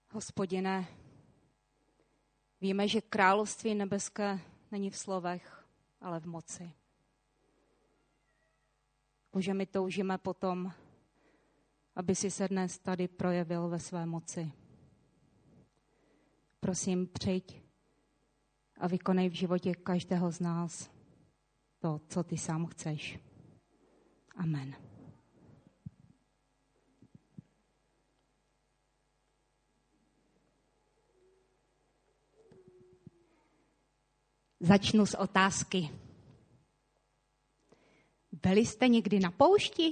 Hospodine, víme, že království nebeské není v slovech, ale v moci. Bože, my toužíme potom, aby si se dnes tady projevil ve své moci. Prosím, přijď a vykonej v životě každého z nás to, co ty sám chceš. Amen. Začnu s otázky. Byli jste někdy na poušti?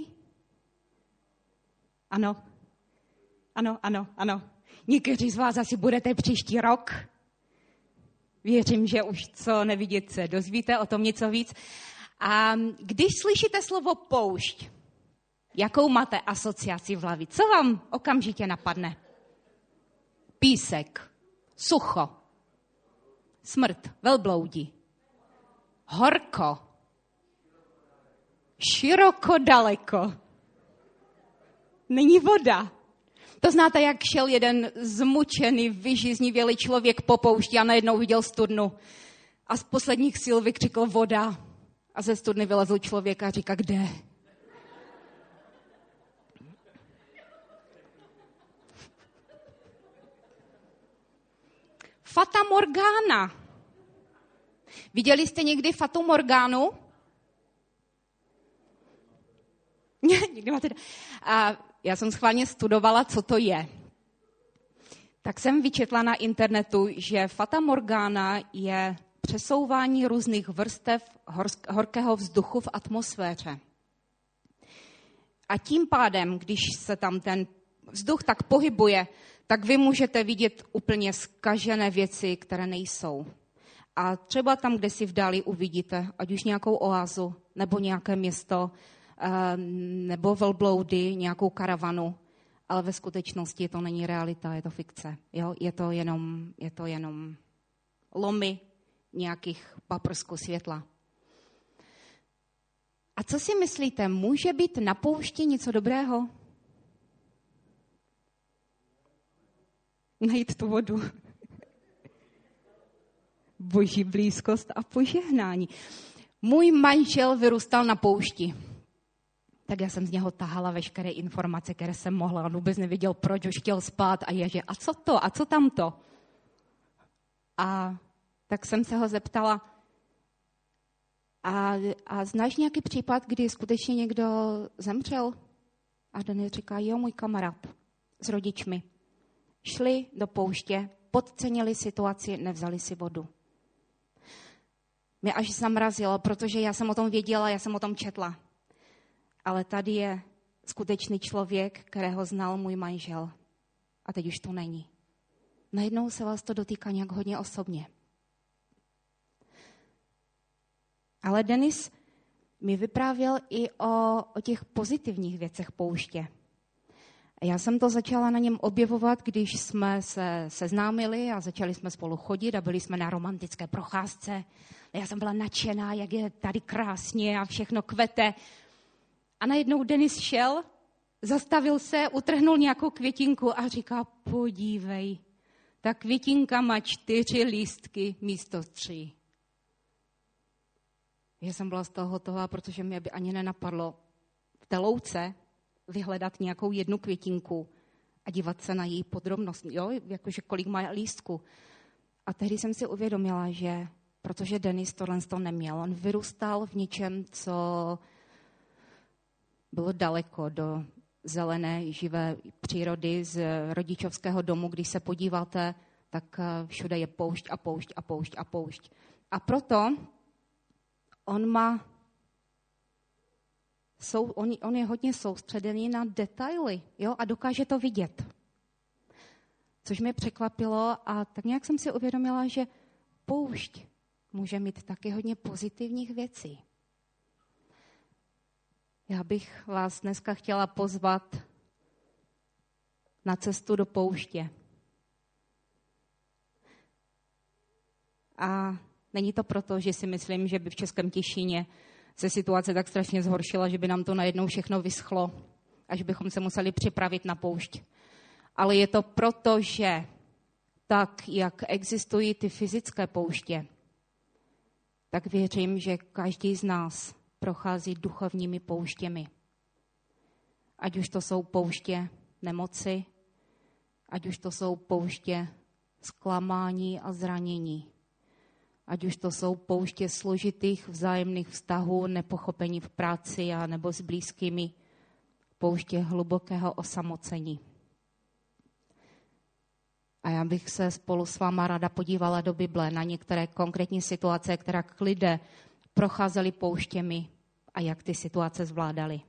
Ano. Někteří z vás asi budete příští rok. Věřím, že už co nevidět se dozvíte o tom něco víc. A když slyšíte slovo poušť, jakou máte asociaci v hlavě? Co vám okamžitě napadne? Písek, sucho, smrt, velbloudi, horko, široko daleko. Není voda. To znáte, jak šel jeden zmučený, vyžíznivělý člověk po poušti a najednou viděl studnu. A z posledních sil vykřikl voda. A ze studny vylezl člověk a říká, kde? Fata Morgana. Viděli jste někdy Fatu Morganu? Někdy máte... A já jsem schválně studovala, co to je. Tak jsem vyčetla na internetu, že Fata Morgana je přesouvání různých vrstev horkého vzduchu v atmosféře. A tím pádem, když se tam ten vzduch tak pohybuje, tak vy můžete vidět úplně zkažené věci, které nejsou. A třeba tam, kde si v dáli uvidíte, ať už nějakou oázu, nebo nějaké město, nebo velbloudy, nějakou karavanu, ale ve skutečnosti to není realita, je to fikce. Jo? Je to jenom lomy nějakých paprsků světla. A co si myslíte, může být na poušti něco dobrého? Najít tu vodu. Boží blízkost a požehnání. Můj manžel vyrůstal na poušti. Tak já jsem z něho tahala veškeré informace, které jsem mohla. On vůbec nevěděl, proč už chtěl spát a ježe, a co to, a co tamto? A tak jsem se ho zeptala, a znáš nějaký případ, kdy skutečně někdo zemřel? A Denis říká, jo, můj kamarád s rodičmi. Šli do pouště, podcenili situaci, nevzali si vodu. Mě až zamrazilo, protože já jsem o tom věděla, já jsem o tom četla. Ale tady je skutečný člověk, kterého znal můj manžel. A teď už to není. Najednou se vás to dotýká nějak hodně osobně. Ale Denis mi vyprávěl i o těch pozitivních věcech pouště. Já jsem to začala na něm objevovat, když jsme se seznámili a začali jsme spolu chodit a byli jsme na romantické procházce. Já jsem byla nadšená, jak je tady krásně a všechno kvete. A najednou Denis šel, zastavil se, utrhnul nějakou květinku a říká, podívej, ta květinka má 4 lístky místo 3. Já jsem byla z toho hotová, protože mě by ani nenapadlo v té louce vyhledat nějakou jednu květinku a dívat se na její podrobnost, jo, jakože kolik má lístku. A tehdy jsem si uvědomila, že protože Denis tohle neměl, on vyrůstal v něčem, co bylo daleko do zelené, živé přírody z rodičovského domu. Když se podíváte, tak všude je poušť a poušť a poušť a poušť. A proto on je hodně soustředěný na detaily, jo, a dokáže to vidět. Což mě překvapilo a tak nějak jsem si uvědomila, že poušť může mít taky hodně pozitivních věcí. Já bych vás dneska chtěla pozvat na cestu do pouště. A není to proto, že si myslím, že by v Českém Těšíně se situace tak strašně zhoršila, že by nám to najednou všechno vyschlo, až bychom se museli připravit na poušť. Ale je to proto, že tak, jak existují ty fyzické pouště, tak věřím, že každý z nás prochází duchovními pouštěmi. Ať už to jsou pouště nemoci, ať už to jsou pouště zklamání a zranění, ať už to jsou pouště složitých vzájemných vztahů, nepochopení v práci a nebo s blízkými, pouště hlubokého osamocení. A já bych se spolu s váma ráda podívala do Bible na některé konkrétní situace, které lidé procházeli pouštěmi a jak ty situace zvládali.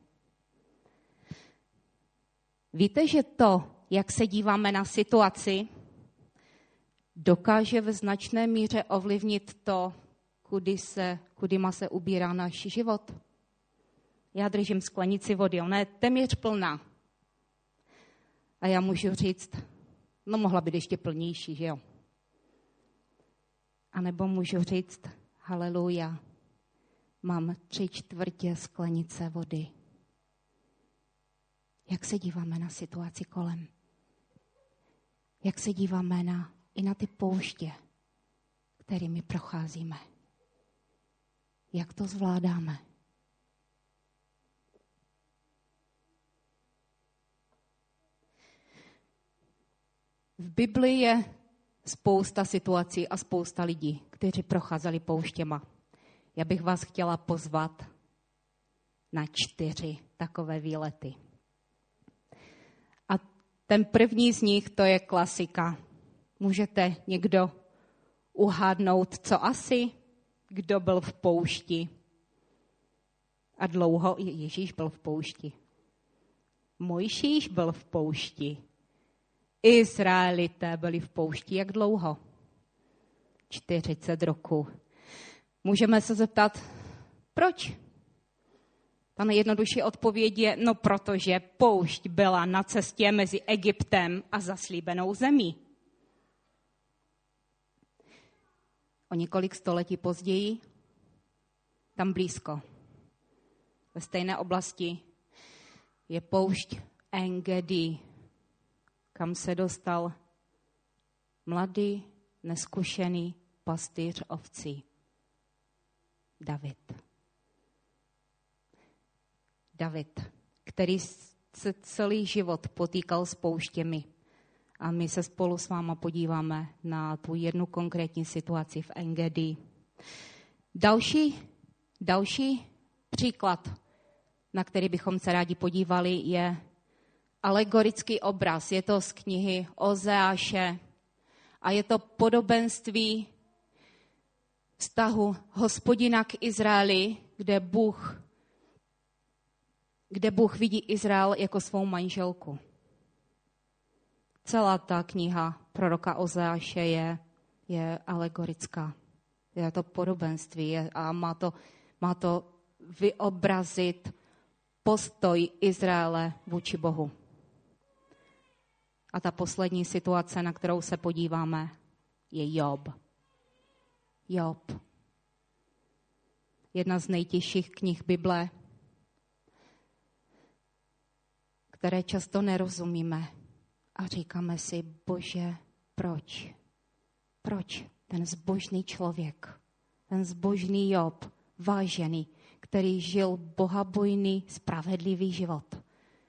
Víte, že to, jak se díváme na situaci, dokáže ve značné míře ovlivnit to, kudy se ubírá náš život? Já držím sklenici vody, ona je téměř plná. A já můžu říct, no mohla být ještě plnější, že jo? A nebo můžu říct, haleluja, mám 3/4 sklenice vody. Jak se díváme na situaci kolem? Jak se díváme i na ty pouště, kterými procházíme? Jak to zvládáme? V Bibli je spousta situací a spousta lidí, kteří procházeli pouštěma. Já bych vás chtěla pozvat na 4 takové výlety. A ten první z nich, to je klasika. Můžete někdo uhádnout, co asi? Kdo byl v poušti? A dlouho? Ježíš byl v poušti. Mojžíš byl v poušti. Izraelité byli v poušti. Jak dlouho? 40 roků. Můžeme se zeptat, proč? Ta nejjednodušší odpověď je, no protože poušť byla na cestě mezi Egyptem a zaslíbenou zemí. O několik století později, tam blízko, ve stejné oblasti, je poušť En-Gedi, kam se dostal mladý, neskušený pastýř ovcí. David, který se celý život potýkal s pouštěmi. A my se spolu s váma podíváme na tu jednu konkrétní situaci v En-Gedi. Další příklad, na který bychom se rádi podívali, je alegorický obraz. Je to z knihy Ozeáše a je to podobenství vztahu Hospodina k Izraeli, kde Bůh vidí Izrael jako svou manželku. Celá ta kniha proroka Ozeáše je alegorická. Je to podobenství a má to vyobrazit postoj Izraele vůči Bohu. A ta poslední situace, na kterou se podíváme, je Job. Job. Jedna z nejtěžších knih Bible, které často nerozumíme a říkáme si, Bože, proč? Proč ten zbožný člověk, ten zbožný Job, vážený, který žil bohabojný, spravedlivý život,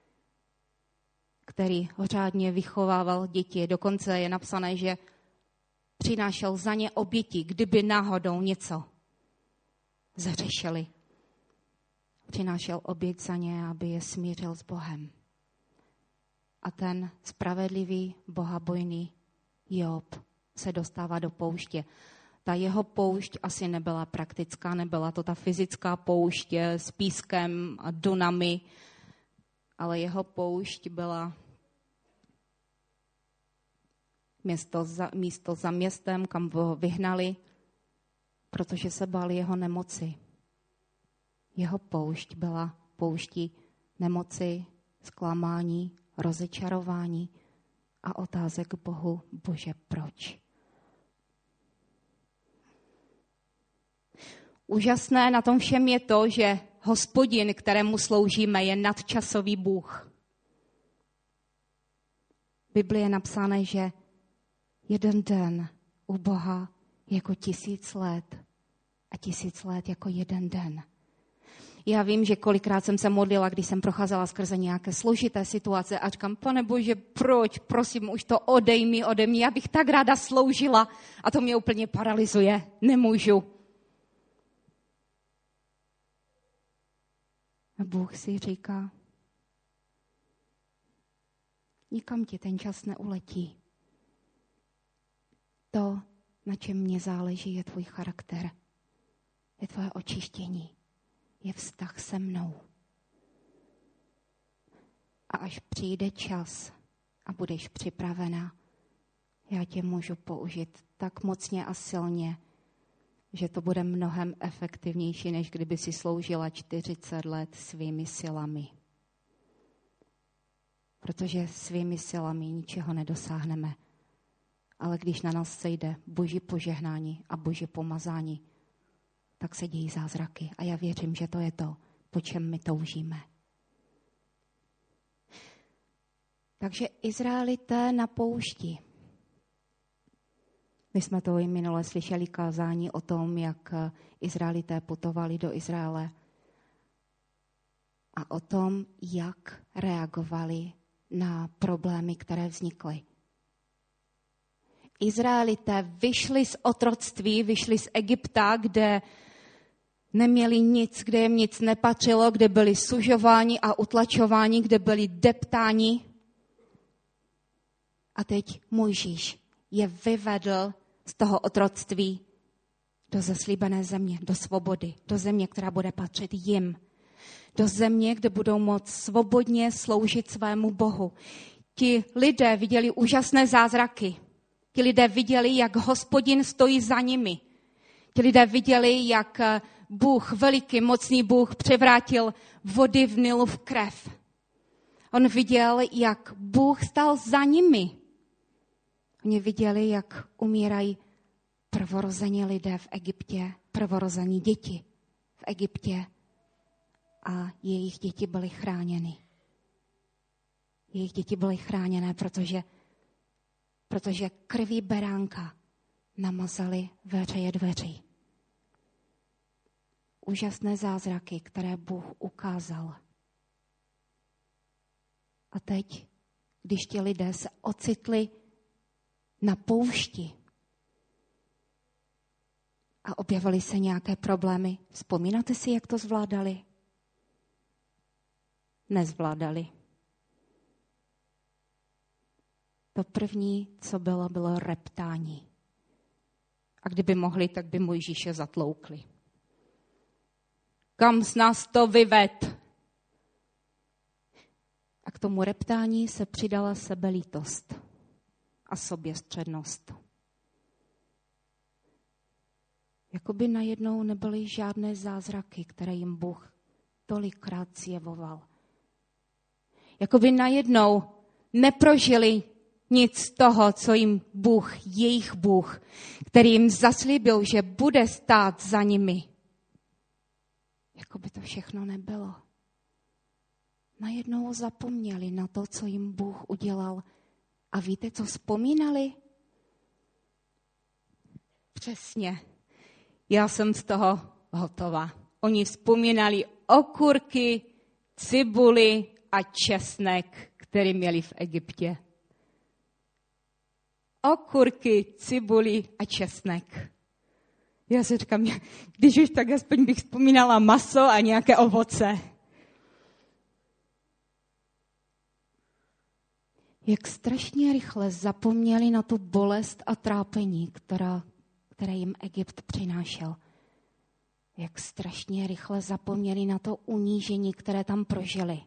který řádně vychovával děti. Dokonce je napsané, že přinášel za ně oběti, kdyby náhodou něco zřešili. Přinášel oběť za ně, aby je smířil s Bohem. A ten spravedlivý, bohabojný Job se dostává do pouště. Ta jeho poušť asi nebyla praktická, nebyla to ta fyzická poušť s pískem a dunami, ale jeho poušť byla místo za městem, kam ho vyhnali, protože se báli jeho nemoci. Jeho poušť byla pouští nemoci, zklamání, rozečarování a otázek Bohu, Bože, proč? Úžasné na tom všem je to, že Hospodin, kterému sloužíme, je nadčasový Bůh. V Biblii je napsáno, že jeden den u Boha je jako 1000 let a 1000 let jako jeden den. Já vím, že kolikrát jsem se modlila, když jsem procházela skrze nějaké složité situace a říkám, Pane Bože, proč, prosím, už to odejmi ode mě, já bych tak ráda sloužila a to mě úplně paralyzuje, nemůžu. A Bůh si říká, nikam ti ten čas neuletí. To, na čem mě záleží, je tvůj charakter, je tvoje očištění, je vztah se mnou. A až přijde čas a budeš připravena, já tě můžu použít tak mocně a silně, že to bude mnohem efektivnější, než kdyby si sloužila 40 let svými silami. Protože svými silami ničeho nedosáhneme. Ale když na nás sejde Boží požehnání a Boží pomazání, tak se dějí zázraky. A já věřím, že to je to, po čem my toužíme. Takže Izraelité na poušti. My jsme to i minule slyšeli kázání o tom, jak Izraelité putovali do Izraele a o tom, jak reagovali na problémy, které vznikly. Izraelité vyšli z otroctví, vyšli z Egypta, kde neměli nic, kde jim nic nepatřilo, kde byli sužováni a utlačováni, kde byli deptáni. A teď Mojžíš je vyvedl z toho otroctví do zaslíbené země, do svobody, do země, která bude patřit jim. Do země, kde budou moct svobodně sloužit svému Bohu. Ti lidé viděli úžasné zázraky. Ti lidé viděli, jak Hospodin stojí za nimi. Ti lidé viděli, jak Bůh, veliký, mocný Bůh, převrátil vody v Nilu v krev. On viděl, jak Bůh stál za nimi. Oni viděli, jak umírají prvorození lidé v Egyptě, prvorození děti v Egyptě a jejich děti byly chráněny. Jejich děti byly chráněné, protože krví beránka namazali veřeje dveří. Úžasné zázraky, které Bůh ukázal. A teď, když ti lidé se ocitli na poušti a objevily se nějaké problémy, vzpomínáte si, jak to zvládali? Nezvládali. To první, co bylo reptání. A kdyby mohli, tak by Mojžíše zatloukli. Kam z nás to vyved? A k tomu reptání se přidala sebelítost a soběstřednost. Jakoby najednou nebyly žádné zázraky, které jim Bůh tolikrát zjevoval. Jakoby najednou neprožili nic z toho, co jim Bůh, jejich Bůh, který jim zaslíbil, že bude stát za nimi. Jakoby to všechno nebylo. Najednou zapomněli na to, co jim Bůh udělal. A víte, co vzpomínali? Přesně. Já jsem z toho hotová. Oni vzpomínali okurky, cibuli a česnek, který měli v Egyptě. Okurky, cibuli a česnek. Já si říkám, když už tak aspoň bych vzpomínala maso a nějaké ovoce. Jak strašně rychle zapomněli na tu bolest a trápení, které jim Egypt přinášel. Jak strašně rychle zapomněli na to unížení, které tam prožili.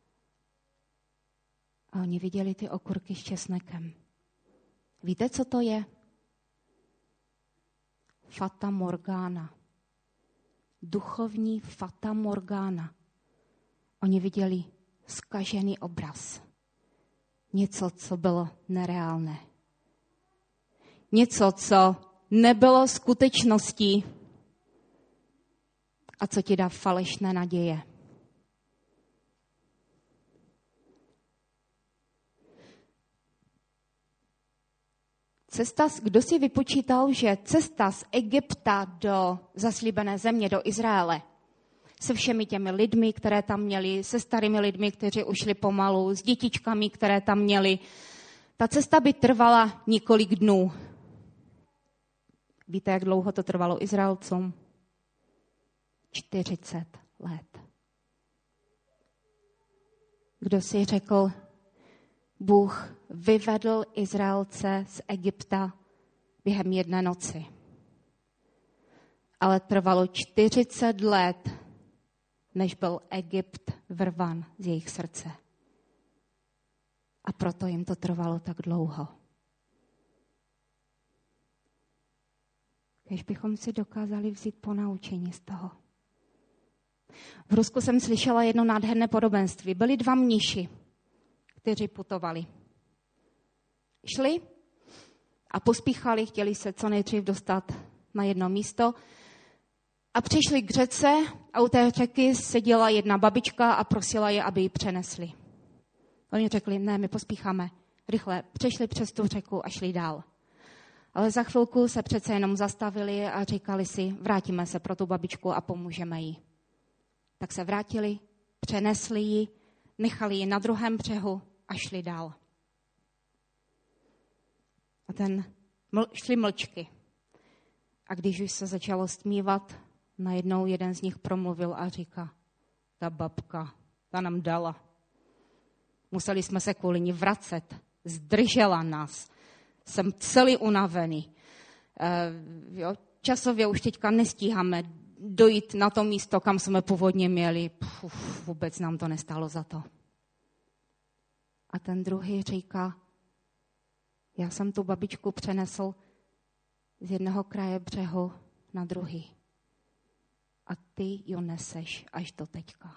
A oni viděli ty okurky s česnekem. Víte, co to je? Fata Morgana. Duchovní fata Morgana. Oni viděli zkažený obraz. Něco, co bylo nereálné. Něco, co nebylo skutečností a co ti dá falešné naděje. Kdo si vypočítal, že cesta z Egypta do zaslíbené země, do Izraele, se všemi těmi lidmi, které tam měli, se starými lidmi, kteří ušli pomalu, s dětičkami, které tam měli, ta cesta by trvala několik dnů. Víte, jak dlouho to trvalo Izraelcům? 40 let. Kdo si řekl, Bůh vyvedl Izraelce z Egypta během jedné noci. Ale trvalo 40 let, než byl Egypt vyrván z jejich srdce. A proto jim to trvalo tak dlouho. Když bychom si dokázali vzít ponaučení z toho. V Rusku jsem slyšela jedno nádherné podobenství. Byli 2 mniši, kteří putovali. Šli a pospíchali, chtěli se co nejdřív dostat na jedno místo a přišli k řece a u té řeky seděla jedna babička a prosila je, aby ji přenesli. Oni řekli, ne, my pospícháme. Rychle přešli přes tu řeku a šli dál. Ale za chvilku se přece jenom zastavili a říkali si, vrátíme se pro tu babičku a pomůžeme jí. Tak se vrátili, přenesli ji, nechali ji na druhém břehu a šli dál. A šli mlčky. A když už se začalo stmívat, najednou jeden z nich promluvil a říká, ta babka, ta nám dala. Museli jsme se kvůli ní vracet. Zdržela nás. Jsem celý unavený. Časově už teďka nestíháme dojít na to místo, kam jsme původně měli. Vůbec nám to nestálo za to. A ten druhý říká, já jsem tu babičku přenesl z jednoho kraje břehu na druhý. A ty ji neseš až do teďka.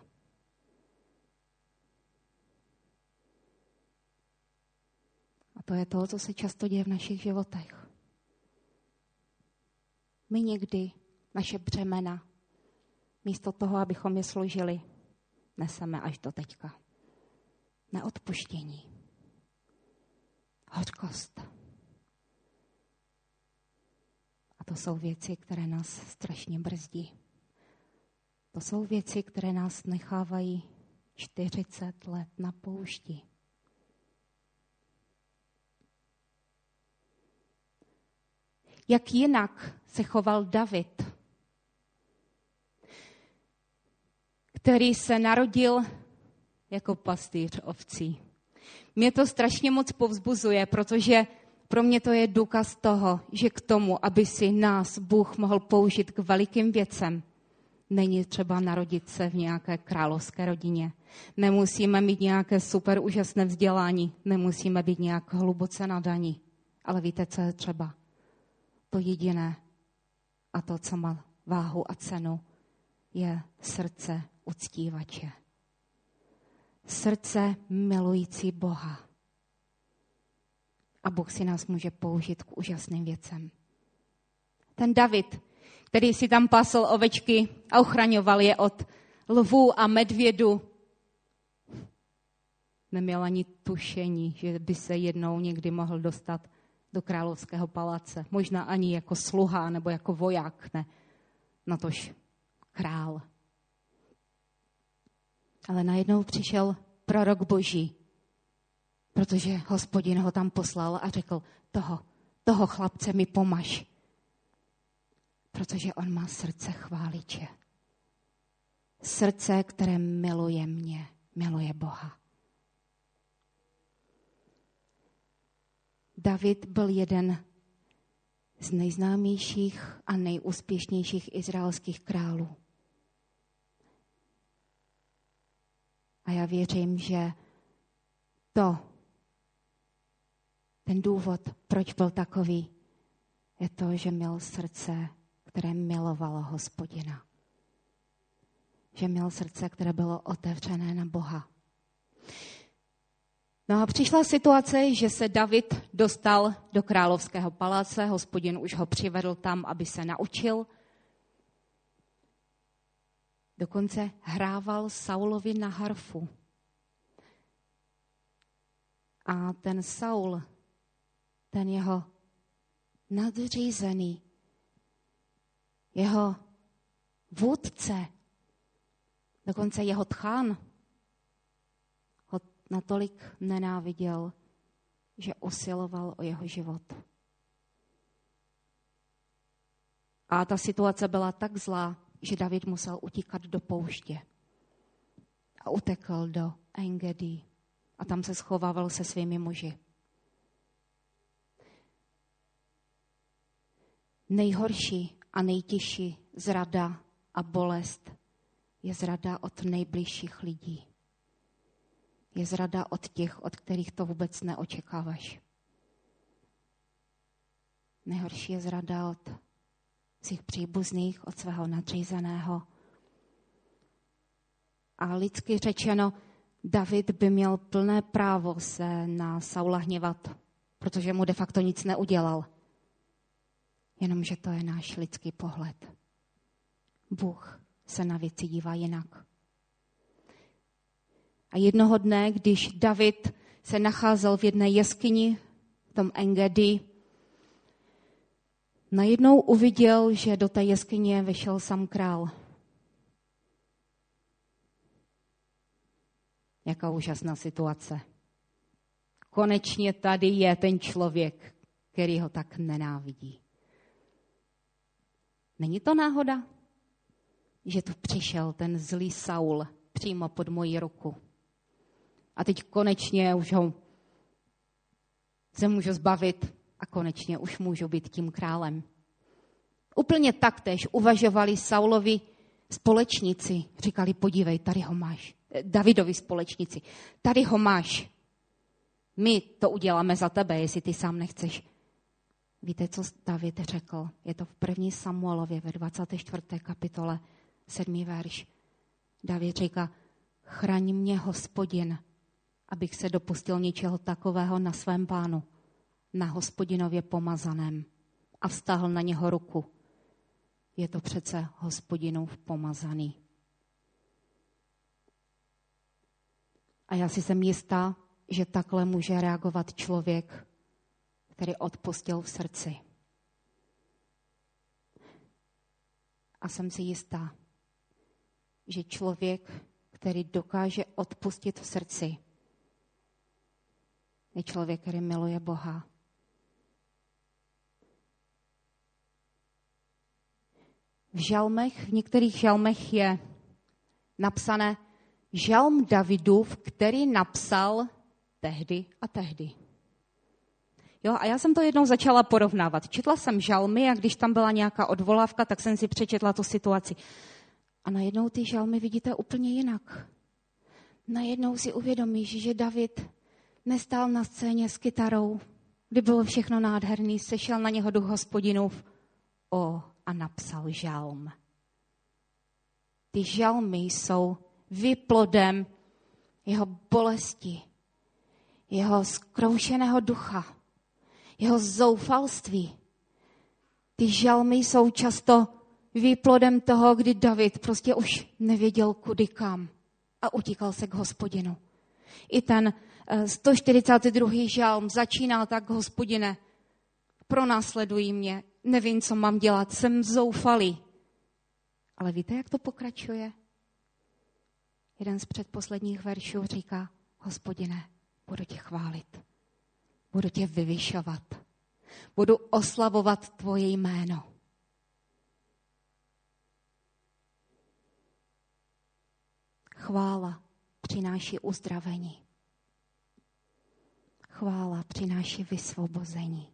A to je to, co se často děje v našich životech. My někdy naše břemena, místo toho, abychom je složili, neseme až do teďka. Neodpuštění. Hořkost. A to jsou věci, které nás strašně brzdí. To jsou věci, které nás nechávají 40 let na poušti. Jak jinak se choval David, který se narodil jako pastýř ovcí. Mě to strašně moc povzbuzuje, protože pro mě to je důkaz toho, že k tomu, aby si nás Bůh mohl použít k velikým věcem, není třeba narodit se v nějaké královské rodině. Nemusíme mít nějaké super úžasné vzdělání, nemusíme být nějak hluboce nadaní. Ale víte, co je třeba? To jediné a to, co má váhu a cenu, je srdce uctívače. Srdce milující Boha. A Bůh si nás může použít k úžasným věcem. Ten David, který si tam pasl ovečky a ochraňoval je od lvů a medvědů, neměl ani tušení, že by se jednou někdy mohl dostat do královského paláce. Možná ani jako sluha nebo jako voják, ne. Natož král. Ale najednou přišel prorok Boží, protože Hospodin ho tam poslal a řekl, toho chlapce mi pomaž, protože on má srdce chváliče. Srdce, které miluje mě, miluje Boha. David byl jeden z nejznámějších a nejúspěšnějších izraelských králů. A já věřím, že ten důvod, proč byl takový, je to, že měl srdce, které milovalo Hospodina. Že měl srdce, které bylo otevřené na Boha. No a přišla situace, že se David dostal do královského paláce, Hospodin už ho přivedl tam, aby se naučil. Dokonce hrával Saulovi na harfu. A ten Saul, ten jeho nadřízený, jeho vůdce, dokonce jeho tchán ho natolik nenáviděl, že usiloval o jeho život. A ta situace byla tak zlá, že David musel utíkat do pouště. A utekl do Engedi. A tam se schovával se svými muži. Nejhorší a nejtěžší zrada a bolest je zrada od nejbližších lidí. Je zrada od těch, od kterých to vůbec neočekáváš. Nejhorší je zrada od svých příbuzných, od svého nadřízeného. A lidsky řečeno, David by měl plné právo se na Saula hněvat, protože mu de facto nic neudělal. Jenomže to je náš lidský pohled. Bůh se na věci dívá jinak. A jednoho dne, když David se nacházel v jedné jeskyni, v tom Engedi, najednou uviděl, že do té jeskyně vešel sám král. Jaká úžasná situace. Konečně tady je ten člověk, který ho tak nenávidí. Není to náhoda, že tu přišel ten zlý Saul přímo pod moji ruku. A teď konečně už ho se můžu zbavit a konečně už můžu být tím králem. Úplně taktéž uvažovali Saulovi společníci. Říkali, podívej, tady ho máš. Davidovi společníci, tady ho máš. My to uděláme za tebe, jestli ty sám nechceš. Víte, co David řekl? Je to v 1. Samuelově ve 24. kapitole 7. verš. David říká, chraň mě, Hospodin, abych se dopustil něčeho takového na svém pánu, na Hospodinově pomazaném. A vztáhl na něho ruku. Je to přece Hospodinův pomazaný. A já si jsem jistá, že takhle může reagovat člověk, který odpustil v srdci. A jsem si jistá, že člověk, který dokáže odpustit v srdci, je člověk, který miluje Boha. V některých žalmech je napsané žalm Davidův, který napsal tehdy a tehdy. Jo, a já jsem to jednou začala porovnávat. Četla jsem žalmy a když tam byla nějaká odvolávka, tak jsem si přečetla tu situaci. A najednou ty žalmy vidíte úplně jinak. Najednou si uvědomíš, že David nestál na scéně s kytarou, kdy bylo všechno nádherný, sešel na něho duch Hospodinův a napsal žalm. Ty žalmy jsou výplodem jeho bolesti, jeho zkroušeného ducha, jeho zoufalství. Ty žalmy jsou často výplodem toho, kdy David prostě už nevěděl kudy kam a utíkal se k Hospodinu. I ten 142. žalm začíná tak, Hospodine, pronásledují mě, nevím, co mám dělat, jsem zoufalý. Ale víte, jak to pokračuje? Jeden z předposledních veršů říká, Hospodine, budu tě chválit, budu tě vyvyšovat, budu oslavovat tvoje jméno. Chvála přináší uzdravení. Chvála přináší vysvobození.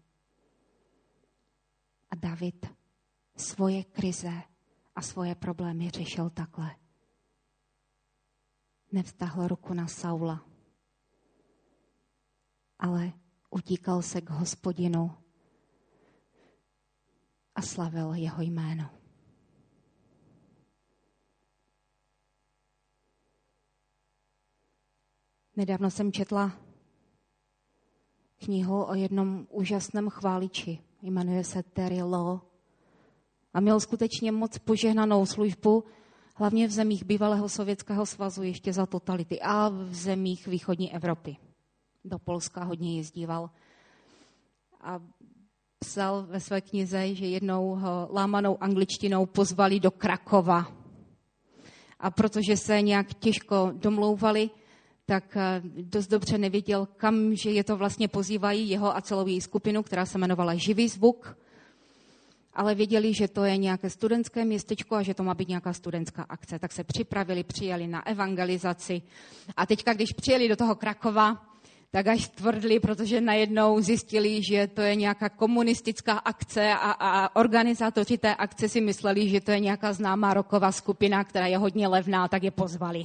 A David svoje krize a svoje problémy řešil takhle. Nevztahl ruku na Saula, ale utíkal se k Hospodinu a slavil jeho jméno. Nedávno jsem četla knihu o jednom úžasném chváliči. Jmenuje se Terry Law. A měl skutečně moc požehnanou službu, hlavně v zemích bývalého Sovětského svazu, ještě za totality, a v zemích východní Evropy. Do Polska hodně jezdíval. A psal ve své knize, že jednou ho lámanou angličtinou pozvali do Krakova. A protože se nějak těžko domlouvali, tak dost dobře nevěděl, kam, že je to vlastně pozývají jeho a celou její skupinu, která se jmenovala Živý zvuk. Ale věděli, že to je nějaké studentské městečko a že to má být nějaká studentská akce. Tak se připravili, přijeli na evangelizaci. A teďka, když přijeli do toho Krakova, tak až tvrdli, protože najednou zjistili, že to je nějaká komunistická akce a organizátoři té akce si mysleli, že to je nějaká známá rocková skupina, která je hodně levná, tak je pozvali.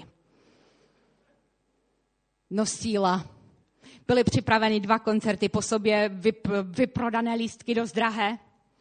No síla. Byly připraveny 2 koncerty po sobě, vyprodané lístky dost drahé.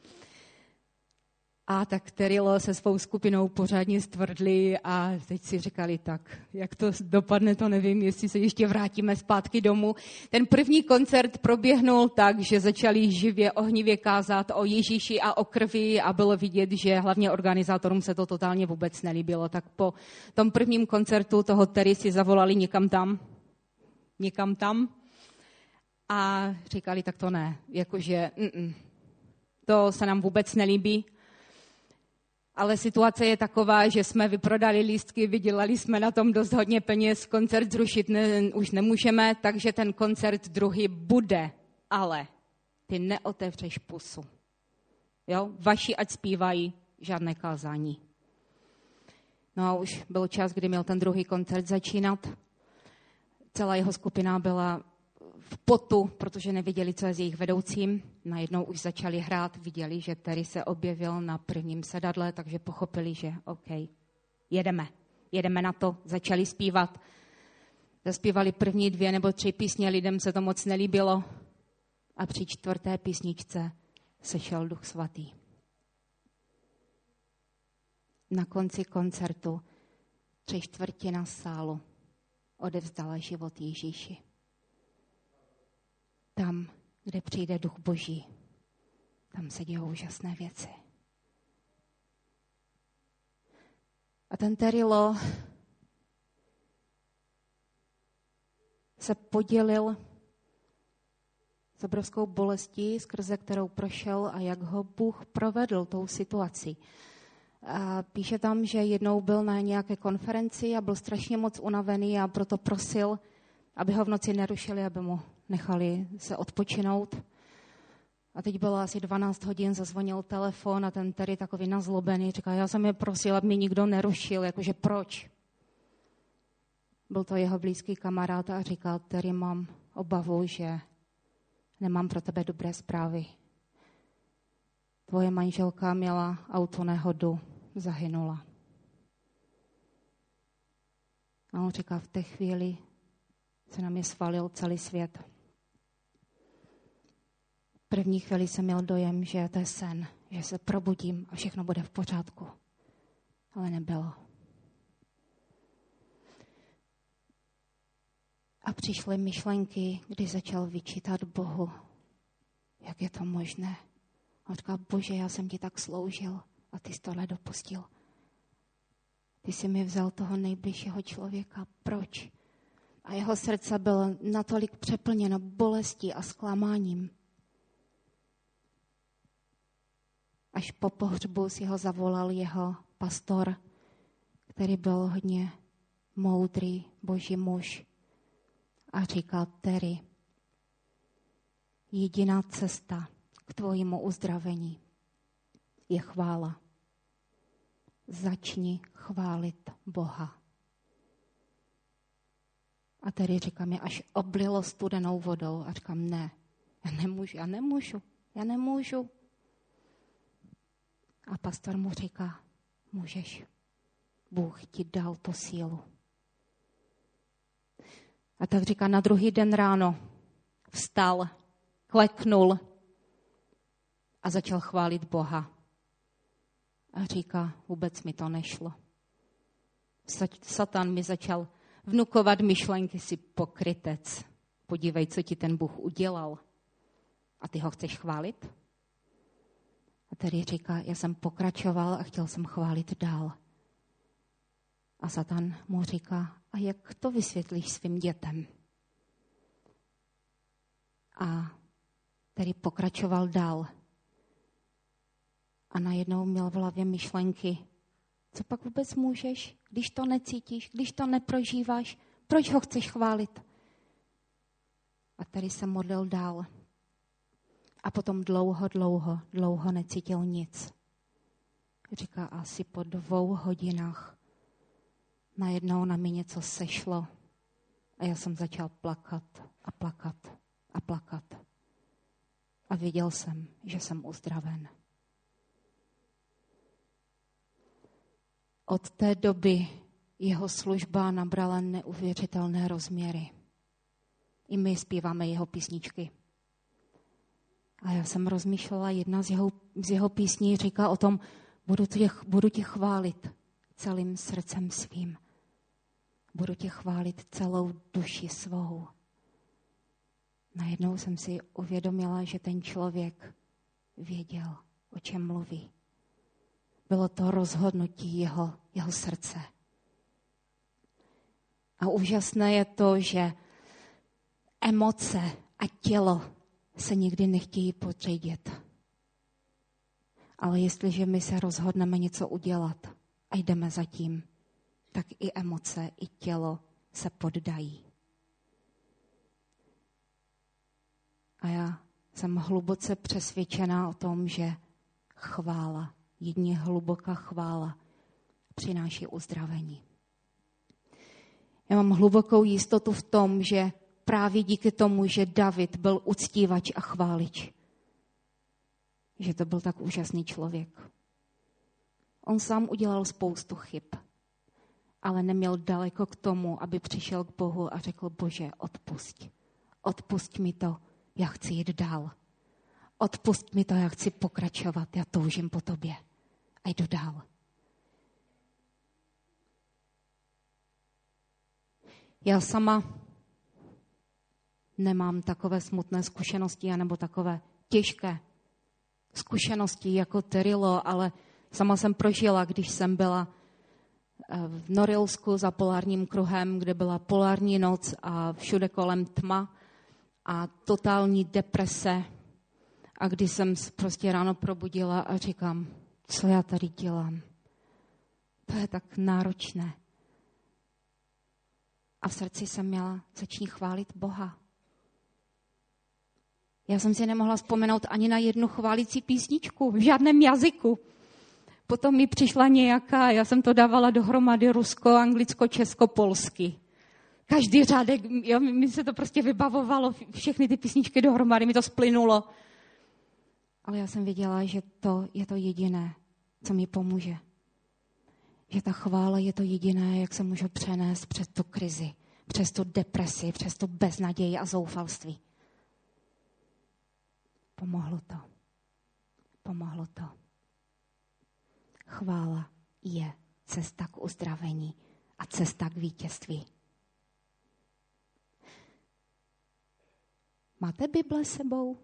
A tak Terilo se svou skupinou pořádně stvrdli a teď si říkali, tak jak to dopadne, to nevím, jestli se ještě vrátíme zpátky domů. Ten první koncert proběhnul tak, že začali živě, ohnivě kázat o Ježíši a o krvi a bylo vidět, že hlavně organizátorům se to totálně vůbec nelíbilo. Tak po tom prvním koncertu toho Terry si zavolali někam tam a říkali, tak to ne, jakože to se nám vůbec nelíbí. Ale situace je taková, že jsme vyprodali lístky, vydělali jsme na tom dost hodně peněz, koncert zrušit už nemůžeme, takže ten koncert druhý bude, ale ty neotevřeš pusu. Jo? Vaši ať zpívají, žádné kázání. No a už byl čas, kdy měl ten druhý koncert začínat. Celá jeho skupina byla v potu, protože nevěděli, co je s jejich vedoucím. Najednou už začali hrát, viděli, že Terry se objevil na prvním sedadle, takže pochopili, že OK, jedeme na to, začali zpívat. Zaspívali první 2 nebo 3 písně, lidem se to moc nelíbilo a při 4. písničce sešel Duch Svatý. Na konci koncertu 3/4 sálu odevzdala život Ježíši. Tam, kde přijde Duch Boží, tam se dějou úžasné věci. A ten Terilo se podělil s obrovskou bolestí, skrze kterou prošel a jak ho Bůh provedl tou situací. A píše tam, že jednou byl na nějaké konferenci a byl strašně moc unavený a proto prosil, aby ho v noci nerušili, aby mu nechali se odpočinout. A teď bylo asi 12 hodin, zazvonil telefon a ten Terry takový nazlobený říká, já jsem je prosil, aby mě nikdo nerušil, jakože proč? Byl to jeho blízký kamarád a říkal, Terry, mám obavu, že nemám pro tebe dobré zprávy. Tvoje manželka měla autonehodu, zahynula. A on říká, v té chvíli se na mě svalil celý svět. V první chvíli jsem měl dojem, že to je sen, že se probudím a všechno bude v pořádku. Ale nebylo. A přišly myšlenky, kdy začal vyčítat Bohu. Jak je to možné? On říkal, Bože, já jsem ti tak sloužil a ty jsi tohle dopustil. Ty jsi mi vzal toho nejbližšího člověka. Proč? A jeho srdce bylo natolik přeplněno bolestí a zklamáním. Až po pohřbu si ho zavolal jeho pastor, který byl hodně moudrý boží muž. A říkal, Terry, jediná cesta k tvojímu uzdravení je chvála. Začni chválit Boha. A Terry říká mi, až oblilo studenou vodou. A říkám, ne, já nemůžu. A pastor mu říká, můžeš. Bůh ti dal tu sílu. A tak říká, na druhý den ráno vstal, kleknul a začal chválit Boha. A říká, vůbec mi to nešlo. Satan mi začal vnukovat myšlenky, si pokrytec. Podívej, co ti ten Bůh udělal. A ty ho chceš chválit? A tedy říká, já jsem pokračoval a chtěl jsem chválit dál. A Satan mu říká, a jak to vysvětlíš svým dětem? A tedy pokračoval dál A najednou měl v hlavě myšlenky, co pak vůbec můžeš, když to necítíš, když to neprožíváš, proč ho chceš chválit? A tady se modlil dál. A potom dlouho necítil nic. Říká, asi po 2 hodinách najednou na mě něco sešlo a já jsem začal plakat. A věděl jsem, že jsem uzdraven. Od té doby jeho služba nabrala neuvěřitelné rozměry. I my zpíváme jeho písničky. A já jsem rozmýšlela, jedna z jeho písní říká o tom, budu tě chválit celým srdcem svým. Budu tě chválit celou duši svou. Najednou jsem si uvědomila, že ten člověk věděl, o čem mluví. Bylo to rozhodnutí jeho srdce. A úžasné je to, že emoce a tělo se nikdy nechtějí podřídit. Ale jestliže my se rozhodneme něco udělat a jdeme za tím, tak i emoce, i tělo se poddají. A já jsem hluboce přesvědčená o tom, že chvála, jedině hluboká chvála přináší uzdravení. Já mám hlubokou jistotu v tom, že právě díky tomu, že David byl uctívač a chválič, že to byl tak úžasný člověk. On sám udělal spoustu chyb, ale neměl daleko k tomu, aby přišel k Bohu a řekl, Bože, odpusť mi to, já chci jít dál. Odpusť mi to, já chci pokračovat, já toužím po tobě. A jdu dál. Já sama nemám takové smutné zkušenosti, anebo takové těžké zkušenosti jako Tyrilo, ale sama jsem prožila, když jsem byla v Norilsku za polárním kruhem, kde byla polární noc a všude kolem tma a totální deprese. A když jsem prostě ráno probudila a říkám, co já tady dělám? To je tak náročné. A v srdci jsem měla, začni chválit Boha. Já jsem si nemohla vzpomenout ani na jednu chválící písničku, v žádném jazyku. Potom mi přišla nějaká, já jsem to dávala dohromady rusko, anglicko, česko, polsky. Každý řádek, jo, mi se to prostě vybavovalo, všechny ty písničky dohromady, mi to splynulo. Ale já jsem věděla, že to je to jediné, co mi pomůže. Že ta chvála je to jediné, jak se můžu přenést přes tu krizi, přes tu depresi, přes tu beznaději a zoufalství. Pomohlo to. Chvála je cesta k uzdravení a cesta k vítězství. Máte Bible sebou?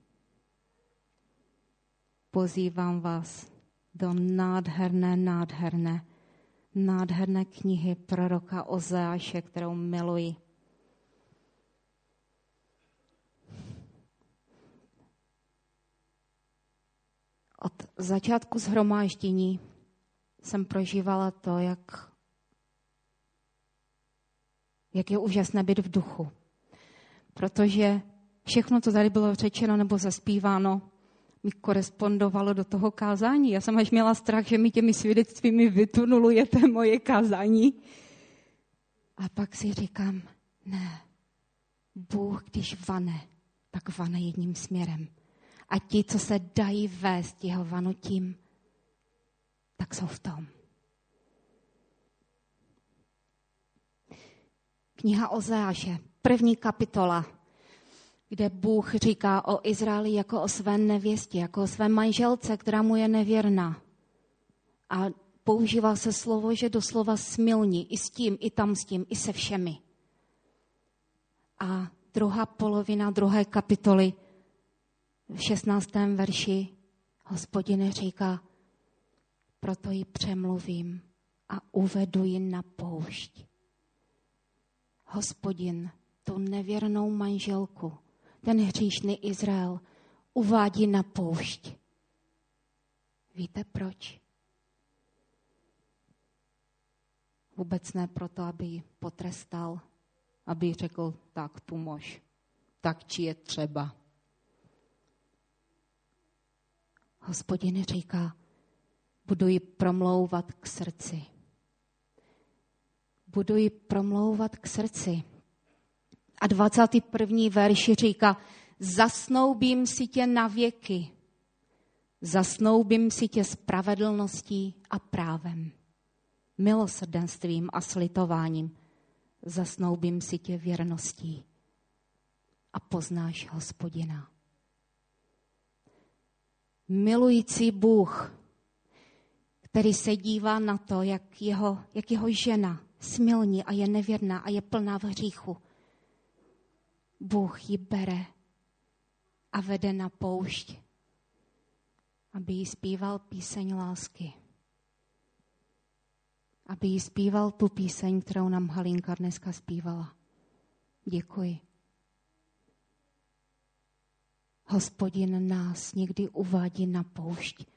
Pozývám vás do nádherné knihy proroka Ozeáše, kterou miluji. Od začátku shromáždění jsem prožívala to, jak je úžasné být v duchu. Protože všechno, co tady bylo řečeno nebo zaspíváno, mi korespondovalo do toho kázání. Já jsem až měla strach, že mi těmi svědectvími vytunulujete moje kázání. A pak si říkám, ne, Bůh, když vane, tak vane jedním směrem. A ti, co se dají vést jeho vanutím, tak jsou v tom. Kniha Ozeáše, 1. kapitola, kde Bůh říká o Izraeli jako o své nevěstě, jako o své manželce, která mu je nevěrná. A používá se slovo, že doslova smilní i s tím, i tam s tím, i se všemi. A druhá polovina 2. kapitoly v 16. verši Hospodin říká, proto ji přemluvím a uvedu ji na poušť. Hospodin tu nevěrnou manželku, ten hříšný Izrael, uvádí na poušť. Víte proč? Vůbec ne proto, aby ji potrestal, aby řekl, tak tu mož, tak či je třeba. Hospodin říká, budu ji promlouvat k srdci. Budu ji promlouvat k srdci. A 21. verš říká, zasnoubím si tě na věky. Zasnoubím si tě spravedlností a právem. Milosrdenstvím a slitováním. Zasnoubím si tě věrností. A poznáš Hospodina. Milující Bůh, který se dívá na to, jak jeho žena smilní a je nevěrná a je plná v hříchu. Bůh ji bere a vede na poušť, aby jí zpíval píseň lásky. Aby jí zpíval tu píseň, kterou nám Halinka dneska zpívala. Děkuji. Hospodin nás někdy uvádí na poušť.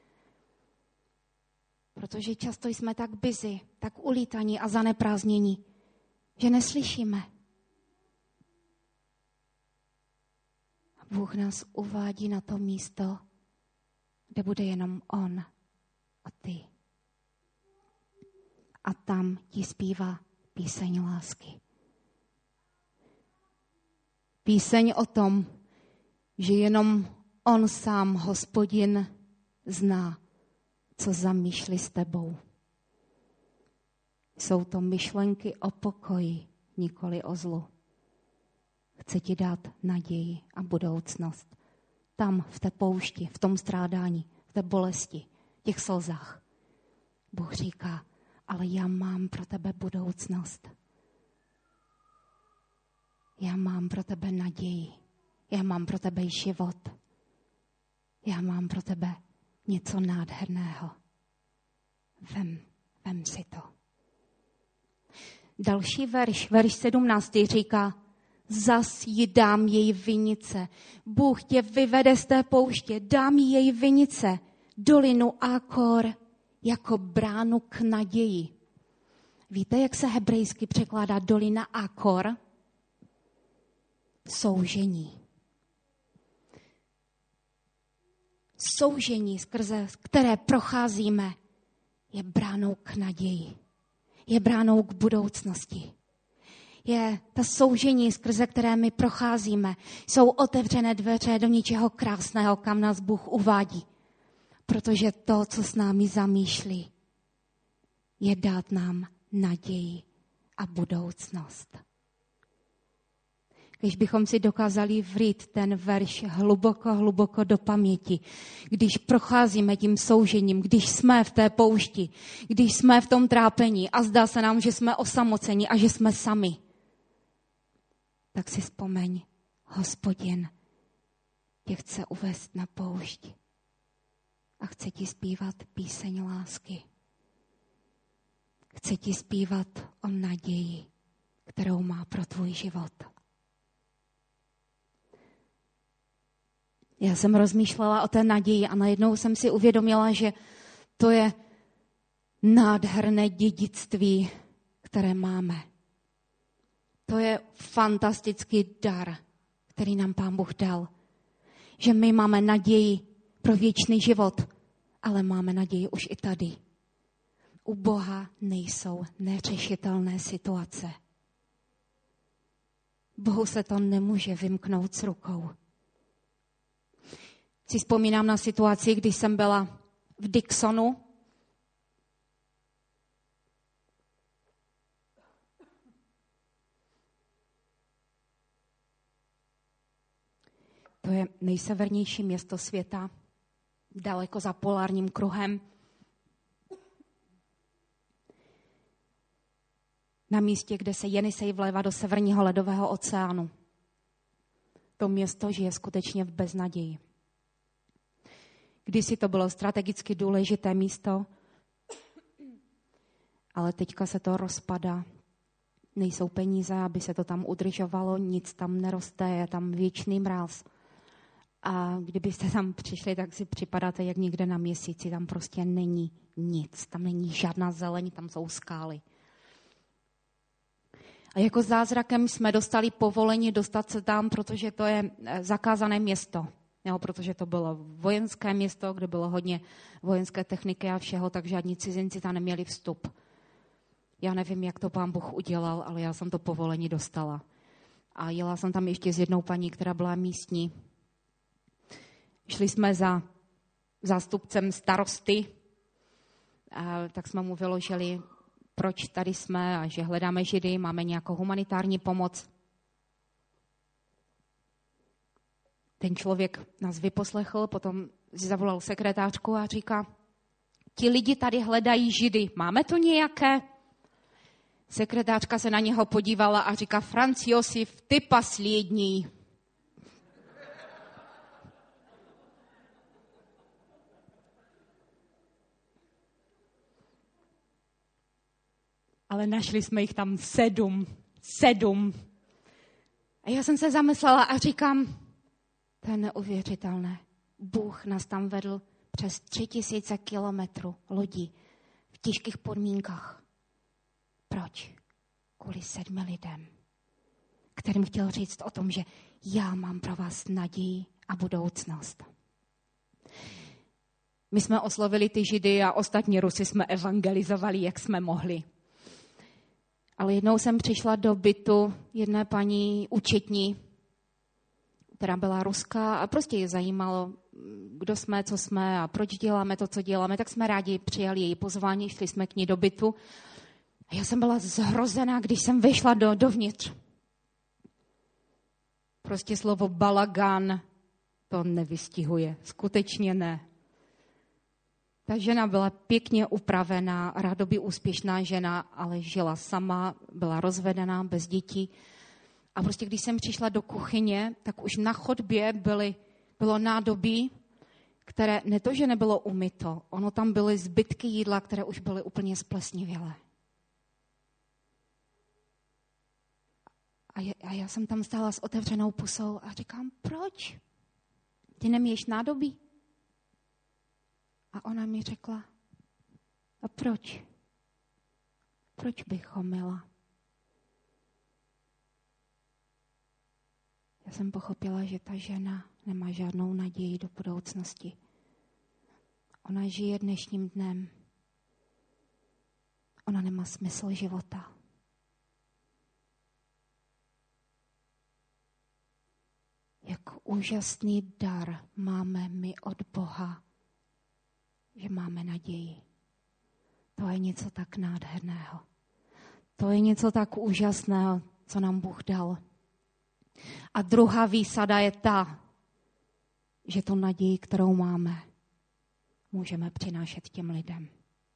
Protože často jsme tak busy, tak ulítaní a zaneprázdnění, že neslyšíme. Bůh nás uvádí na to místo, kde bude jenom on a ty. A tam ti zpívá píseň lásky. Píseň o tom, že jenom on sám, Hospodin, zná, co zamýšlí s tebou. Jsou to myšlenky o pokoji, nikoli o zlu. Chce ti dát naději a budoucnost. Tam, v té poušti, v tom strádání, v té bolesti, v těch slzách. Bůh říká, ale já mám pro tebe budoucnost. Já mám pro tebe naději. Já mám pro tebe život. Já mám pro tebe něco nádherného. Vem si to. Další verš 17. říká, zas jí dám její vinice. Bůh tě vyvede z té pouště, dám jí její vinice, dolinu Akor, jako bránu k naději. Víte, jak se hebrejsky překládá dolina Akor? Soužení. Soužení, skrze které procházíme, je bránou k naději. Je bránou k budoucnosti. Je ta soužení, skrze které my procházíme, jsou otevřené dveře do něčeho krásného, kam nás Bůh uvádí. Protože to, co s námi zamýšlí, je dát nám naději a budoucnost. Když bychom si dokázali vrít ten verš hluboko do paměti, když procházíme tím soužením, když jsme v té poušti, když jsme v tom trápení a zdá se nám, že jsme osamoceni a že jsme sami, tak si vzpomeň, Hospodin tě chce uvést na poušť a chce ti zpívat píseň lásky. Chce ti zpívat o naději, kterou má pro tvůj život. Já jsem rozmýšlela o té naději a najednou jsem si uvědomila, že to je nádherné dědictví, které máme. To je fantastický dar, který nám Pán Bůh dal. Že my máme naději pro věčný život, ale máme naději už i tady. U Boha nejsou neřešitelné situace. Bohu se to nemůže vymknout z rukou. Si vzpomínám na situaci, když jsem byla v Dixonu. To je nejsevernější město světa, daleko za polárním kruhem. Na místě, kde se Jenisej vlévá do severního ledového oceánu. To město žije skutečně v beznaději. Kdysi to bylo strategicky důležité místo, ale teďka se to rozpadá. Nejsou peníze, aby se to tam udržovalo, nic tam neroste, je tam věčný mráz. A kdybyste tam přišli, tak si připadáte jak někde na měsíci. Tam prostě není nic. Tam není žádná zeleň, tam jsou skály. A jako zázrakem jsme dostali povolení dostat se tam, protože to je zakázané město. Jo, protože to bylo vojenské město, kde bylo hodně vojenské techniky a všeho, tak žádní cizinci tam neměli vstup. Já nevím, jak to Pán Bůh udělal, ale já jsem to povolení dostala. A jela jsem tam ještě s jednou paní, která byla místní. Šli jsme za zástupcem starosty, a tak jsme mu vyložili, proč tady jsme a že hledáme Židy, máme nějakou humanitární pomoc. Ten člověk nás vyposlechl, potom zavolal sekretářku a říká, ti lidi tady hledají Židy, máme to nějaké? Sekretářka se na něho podívala a říká, Franz Josef, ty poslední. Ale našli jsme jich tam 7. A já jsem se zamyslela a říkám, to je neuvěřitelné. Bůh nás tam vedl přes 3000 kilometrů lodí v těžkých podmínkách. Proč? Kvůli 7 lidem, kterým chtěl říct o tom, že já mám pro vás naději a budoucnost. My jsme oslovili ty Židy a ostatní Rusy jsme evangelizovali, jak jsme mohli. Ale jednou jsem přišla do bytu jedné paní účetní, která byla ruská a prostě je zajímalo, kdo jsme, co jsme a proč děláme to, co děláme, tak jsme rádi přijali její pozvání, šli jsme k ní do bytu. A já jsem byla zhrozená, když jsem vešla dovnitř. Prostě slovo balagán to nevystihuje, skutečně ne. Ta žena byla pěkně upravená, rádoby úspěšná žena, ale žila sama, byla rozvedená, bez dětí. A prostě když jsem přišla do kuchyně, tak už na chodbě bylo nádobí, které ne to, že nebylo umyto, ono tam byly zbytky jídla, které už byly úplně splesnivělé. A já jsem tam stála s otevřenou pusou a říkám, proč? Ty neměješ nádobí? A ona mi řekla, a proč? Proč bych ho myla? Já jsem pochopila, že ta žena nemá žádnou naději do budoucnosti. Ona žije dnešním dnem. Ona nemá smysl života. Jak úžasný dar máme my od Boha, že máme naději. To je něco tak nádherného. To je něco tak úžasného, co nám Bůh dal. A druhá výsada je ta, že tu naději, kterou máme, můžeme přinášet těm lidem.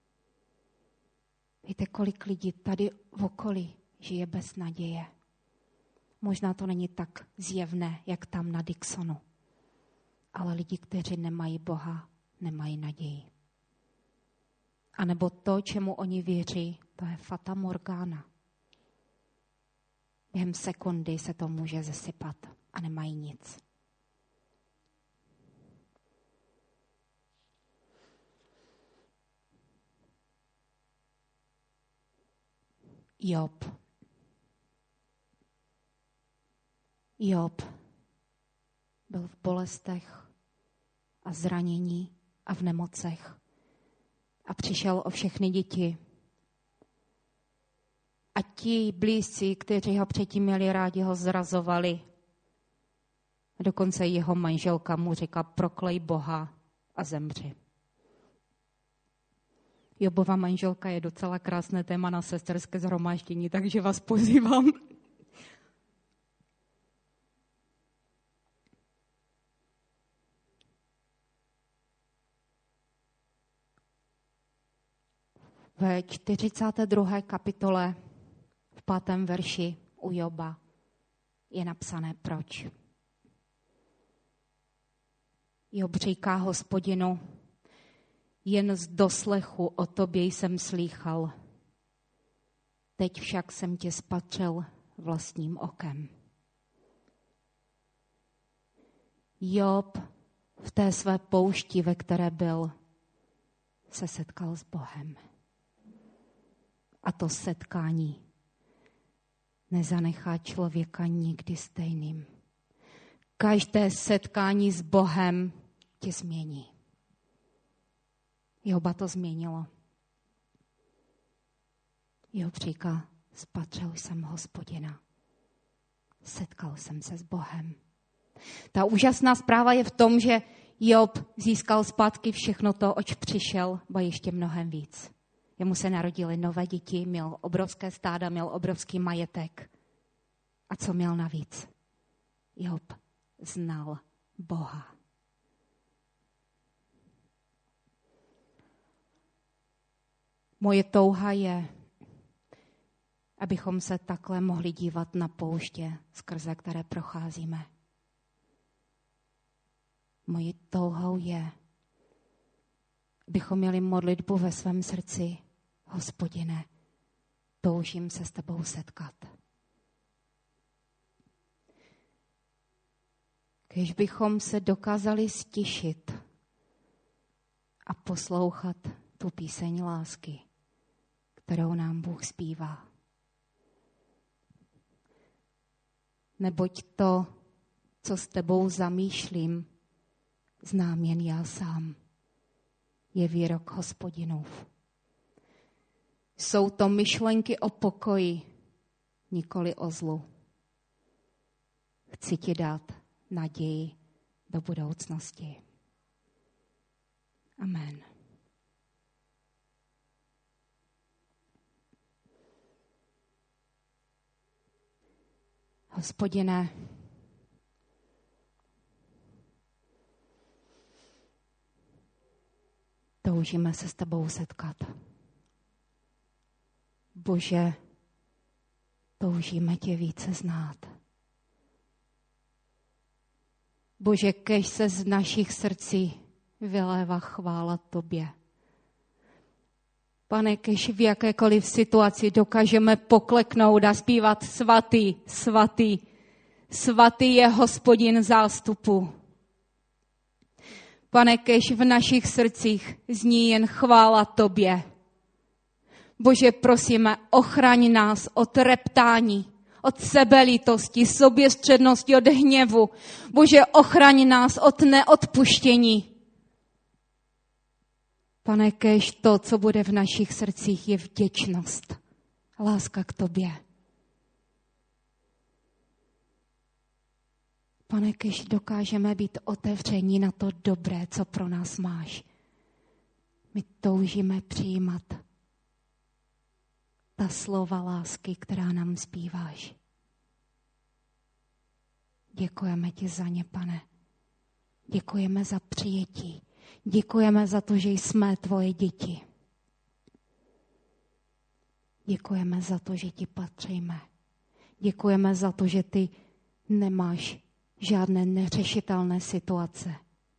Víte, kolik lidí tady v okolí žije bez naděje. Možná to není tak zjevné, jak tam na Dixonu. Ale lidi, kteří nemají Boha, nemají naději. A nebo to, čemu oni věří, to je fata morgana. Během sekundy se to může zesypat a nemají nic. Job byl v bolestech a zranění a v nemocech a přišel o všechny děti. A ti blízcí, kteří ho předtím měli rádi, ho zrazovali. A dokonce jeho manželka mu říká, proklej Boha a zemři. Jobova manželka je docela krásné téma na sesterské shromáždění, takže vás pozývám. Ve 42. kapitole v 5. verši u Joba je napsané proč. Job říká Hospodinu, jen z doslechu o tobě jsem slýchal. Teď však jsem tě spatřil vlastním okem. Job v té své poušti, ve které byl, se setkal s Bohem. A to setkání nezanechá člověka nikdy stejným. Každé setkání s Bohem tě změní. Joba to změnilo. Job říká, spatřil jsem Hospodina. Setkal jsem se s Bohem. Ta úžasná zpráva je v tom, že Job získal zpátky všechno to, oč přišel, ba ještě mnohem víc. Jemu se narodily nové děti, měl obrovské stáda, měl obrovský majetek. A co měl navíc? Job znal Boha. Moje touha je, abychom se takhle mohli dívat na pouště, skrze které procházíme. Mojí touhou je, abychom měli modlitbu ve svém srdci. Hospodine, toužím se s tebou setkat. Když bychom se dokázali stišit a poslouchat tu píseň lásky, kterou nám Bůh zpívá. Neboť to, co s tebou zamýšlím, znám jen já sám. Je výrok Hospodinův. Jsou to myšlenky o pokoji, nikoli o zlu. Chci ti dát naději do budoucnosti. Amen. Hospodine, toužíme se s tebou setkat. Bože, toužíme tě více znát. Bože, kež se z našich srdcí vylévá chvála tobě. Pane, kež v jakékoliv situaci dokážeme pokleknout a zpívat svatý, svatý, svatý je Hospodin zástupu. Pane, kež v našich srdcích zní jen chvála tobě. Bože, prosíme, ochraň nás od reptání, od sebelítosti, soběstřednosti, od hněvu. Bože, ochraň nás od neodpuštění. Pane, kéž to, co bude v našich srdcích, je vděčnost, láska k tobě. Pane, kéž dokážeme být otevření na to dobré, co pro nás máš. My toužíme přijímat ta slova lásky, která nám zpíváš. Děkujeme ti za ně, Pane. Děkujeme za přijetí. Děkujeme za to, že jsme tvoje děti. Děkujeme za to, že ti patříme. Děkujeme za to, že ty nemáš žádné neřešitelné situace.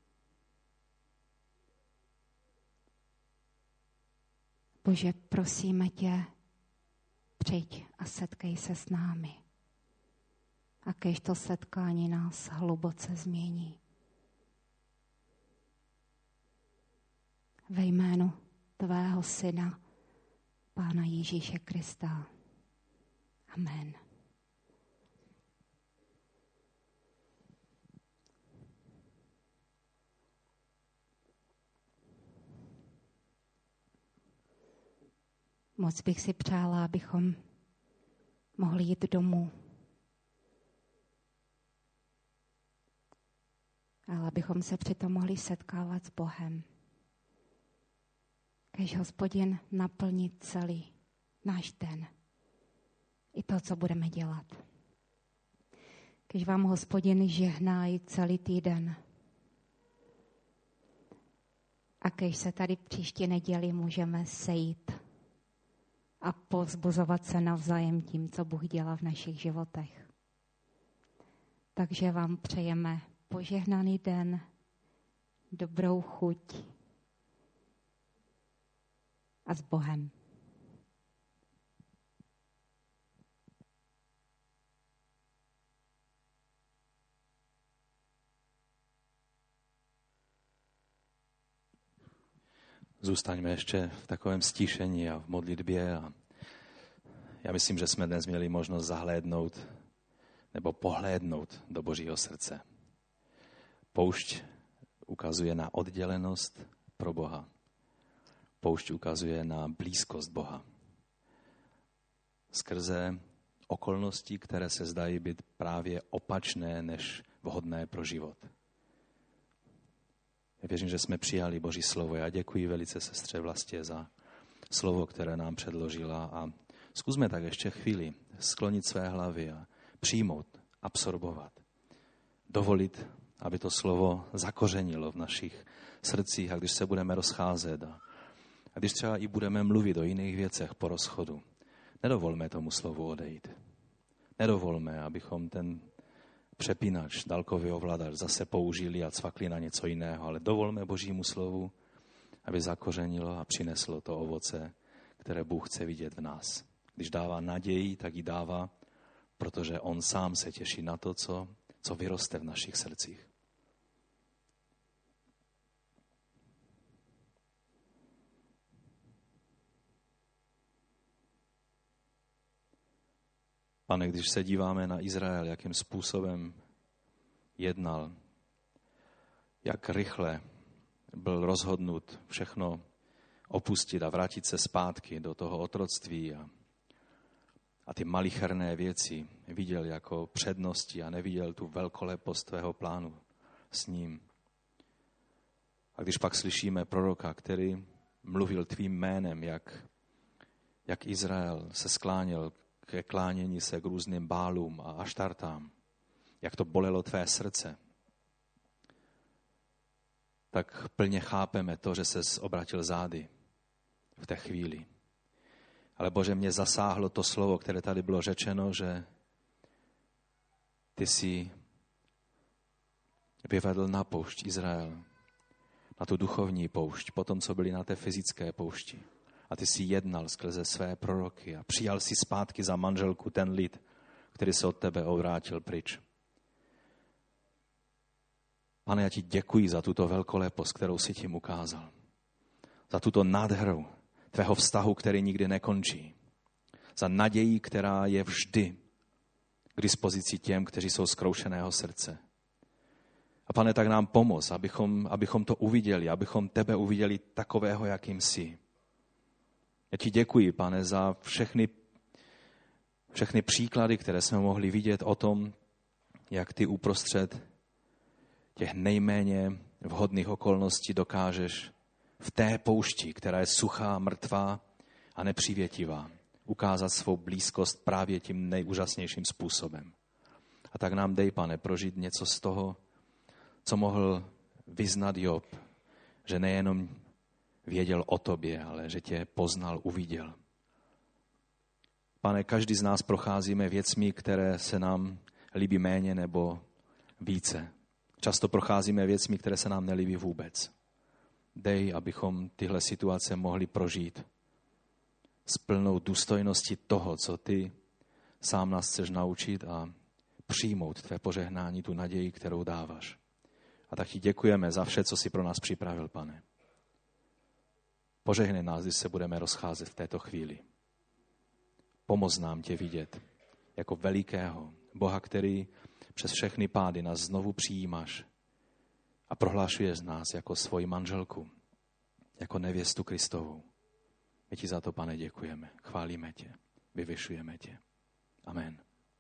Bože, prosíme tě, přijď a setkej se s námi. A kéž to setkání nás hluboce změní. Ve jménu tvého syna, Pána Ježíše Krista. Amen. Moc bych si přála, abychom mohli jít domů. Ale abychom se přitom mohli setkávat s Bohem. Kéž Hospodin naplní celý náš den. I to, co budeme dělat. Kéž vám Hospodin žehná i celý týden. A kéž se tady příští neděli můžeme sejít a povzbuzovat se navzájem tím, co Bůh dělá v našich životech. Takže vám přejeme požehnaný den, dobrou chuť a s Bohem. Zůstaňme ještě v takovém stíšení a v modlitbě. A já myslím, že jsme dnes měli možnost zahlédnout nebo pohlédnout do Božího srdce. Poušť ukazuje na oddělenost pro Boha. Poušť ukazuje na blízkost Boha. Skrze okolnosti, které se zdají být právě opačné než vhodné pro život. Já věřím, že jsme přijali Boží slovo. Já děkuji velice sestře Vlastě za slovo, které nám předložila. A zkusme tak ještě chvíli sklonit své hlavy a přijmout, absorbovat. Dovolit, aby to slovo zakořenilo v našich srdcích, a když se budeme rozcházet a když třeba i budeme mluvit o jiných věcech po rozchodu, nedovolme tomu slovu odejít. Nedovolme, abychom ten přepínač, dálkový ovladač zase použili a cvakli na něco jiného, ale dovolme Božímu slovu, aby zakořenilo a přineslo to ovoce, které Bůh chce vidět v nás. Když dává naději, tak ji dává, protože on sám se těší na to, co vyroste v našich srdcích. Pane, když se díváme na Izrael, jakým způsobem jednal, jak rychle byl rozhodnut všechno opustit a vrátit se zpátky do toho otroctví a ty malicherné věci viděl jako přednosti a neviděl tu velkolepost tvého plánu s ním. A když pak slyšíme proroka, který mluvil tvým jménem, jak Izrael se skláněl ke klánění se k různým bálům a aštartám, jak to bolelo tvé srdce, tak plně chápeme to, že ses obratil zády v té chvíli. Ale Bože, mě zasáhlo to slovo, které tady bylo řečeno, že ty jsi vyvedl na poušť Izrael, na tu duchovní poušť, potom, co byli na té fyzické poušti. A ty jsi jednal skrze své proroky a přijal si zpátky za manželku ten lid, který se od tebe obrátil pryč. Pane, já ti děkuji za tuto velkolepost, kterou jsi tím ukázal. Za tuto nádheru tvého vztahu, který nikdy nekončí. Za naději, která je vždy k dispozici těm, kteří jsou zkroušeného srdce. A Pane, tak nám pomoz, abychom to uviděli, abychom tebe uviděli takového, jakým jsi. Já ti děkuji, Pane, za všechny příklady, které jsme mohli vidět o tom, jak ty uprostřed těch nejméně vhodných okolností dokážeš v té poušti, která je suchá, mrtvá a nepřívětivá, ukázat svou blízkost právě tím nejúžasnějším způsobem. A tak nám dej, Pane, prožít něco z toho, co mohl vyznat Job, že nejenom věděl o tobě, ale že tě poznal, uviděl. Pane, každý z nás procházíme věcmi, které se nám líbí méně nebo více. Často procházíme věcmi, které se nám nelíbí vůbec. Dej, abychom tyhle situace mohli prožít s plnou důstojností toho, co ty sám nás chceš naučit a přijmout tvé požehnání, tu naději, kterou dáváš. A tak ti děkujeme za vše, co jsi pro nás připravil, Pane. Požehnej nás, když se budeme rozcházet v této chvíli. Pomoz nám tě vidět jako velikého Boha, který přes všechny pády nás znovu přijímáš a prohlašuješ nás jako svoji manželku, jako nevěstu Kristovou. My ti za to, Pane, děkujeme, chválíme tě, vyvyšujeme tě. Amen.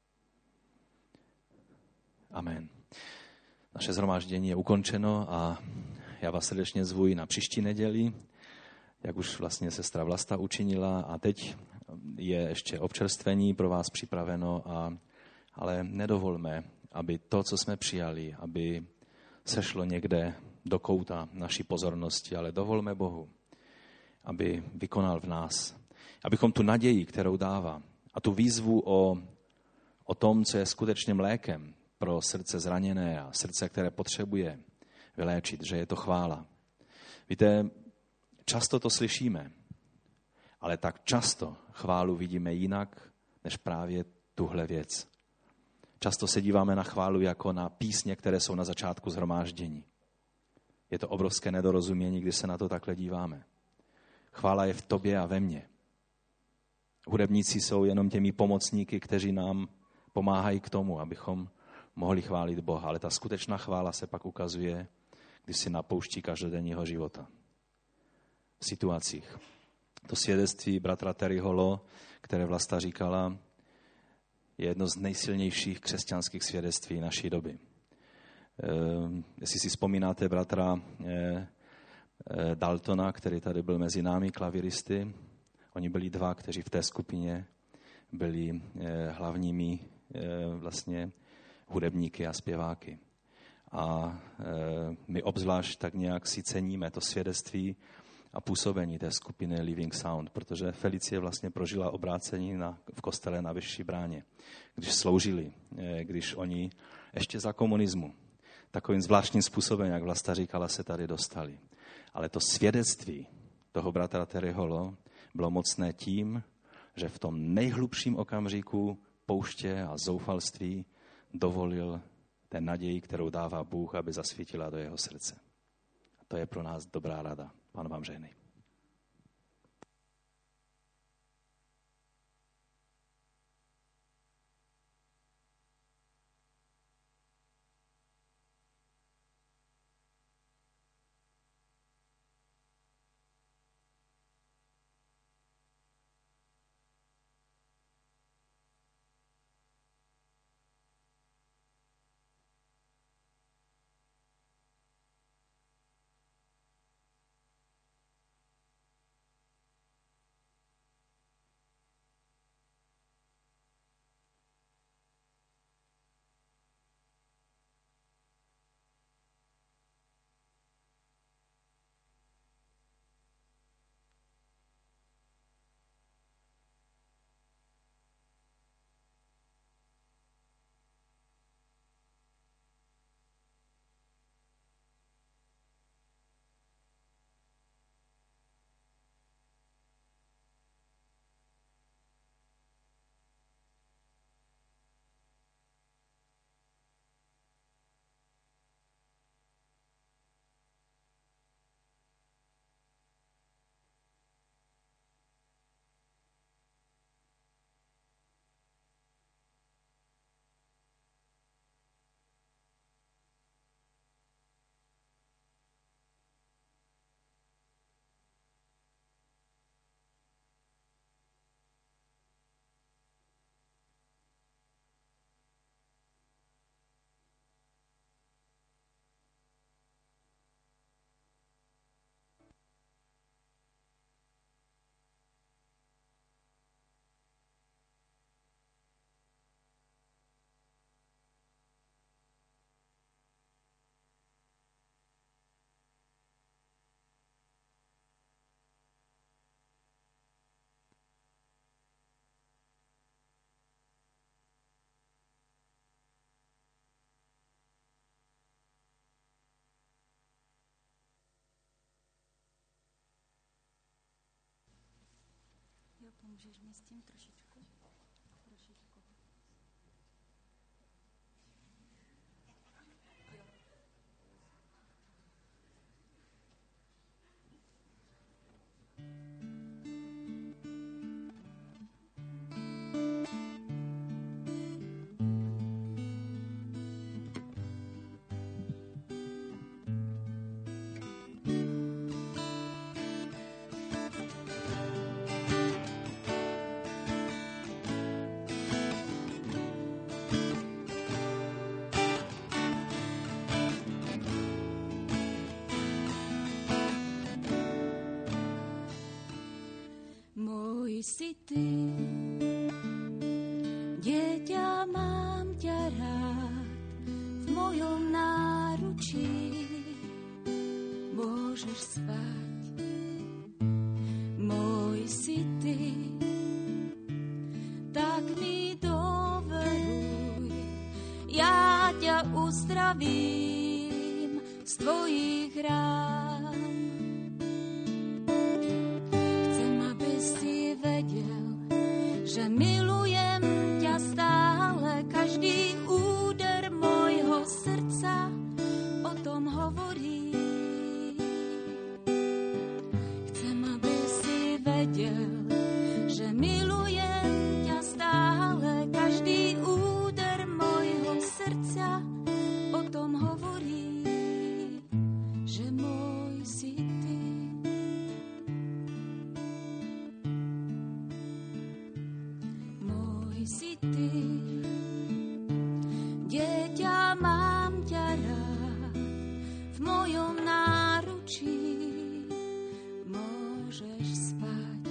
Amen. Naše shromáždění je ukončeno a já vás srdečně zvu na příští neděli, jak už vlastně sestra Vlasta učinila, a teď je ještě občerstvení pro vás připraveno, ale nedovolme, aby to, co jsme přijali, aby sešlo někde do kouta naší pozornosti, ale dovolme Bohu, aby vykonal v nás, abychom tu naději, kterou dává, a tu výzvu o tom, co je skutečným lékem pro srdce zraněné a srdce, které potřebuje vyléčit, že je to chvála. Víte, často to slyšíme, ale tak často chválu vidíme jinak, než právě tuhle věc. Často se díváme na chválu jako na písně, které jsou na začátku shromáždění. Je to obrovské nedorozumění, když se na to takhle díváme. Chvála je v tobě a ve mně. Hudebníci jsou jenom těmi pomocníky, kteří nám pomáhají k tomu, abychom mohli chválit Boha. Ale ta skutečná chvála se pak ukazuje, když si na poušti každodenního života. V situacích. To svědectví bratra Terryho Law, které Vlasta říkala, je jedno z nejsilnějších křesťanských svědectví naší doby. Jestli si vzpomínáte bratra Daltona, který tady byl mezi námi, klavíristy, oni byli dva, kteří v té skupině byli hlavními vlastně hudebníky a zpěváky. A my obzvlášť tak nějak si ceníme to svědectví a působení té skupiny Living Sound, protože Felicie vlastně prožila obrácení v kostele na Vyšší bráně, když sloužili, když oni ještě za komunismu takovým zvláštním způsobem, jak Vlasta říkala, se tady dostali. Ale to svědectví toho bratra Terryho Law bylo mocné tím, že v tom nejhlubším okamžiku pouště a zoufalství dovolil té naději, kterou dává Bůh, aby zasvítila do jeho srdce. A to je pro nás dobrá rada. Pán vám žehnej. Jo, pomůžeš mi s tím trošičku? Si ty, dieťa, mám ťa rád, v mojom náručí môžeš spať. Môj si ty, tak mi doveruj, ja ťa uzdravím z tvojich rán. Že milujem ťa stále, každý úder môjho srdca o tom hovorí. Chcem, aby si vedel, že milujem ťa stále. Každý úder mojho srdca o tom hovorí, že môj si ty. Môj si ty. Dieťa, mám ťa rád, v mojom náručí môžeš spať.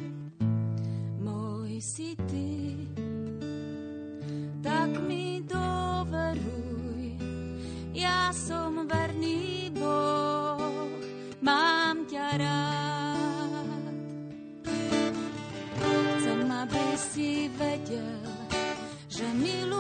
Môj si ty, tak mi doveruj, ja som verný Boh, mám ťa rád. Chcem, aby si vedel, že milujem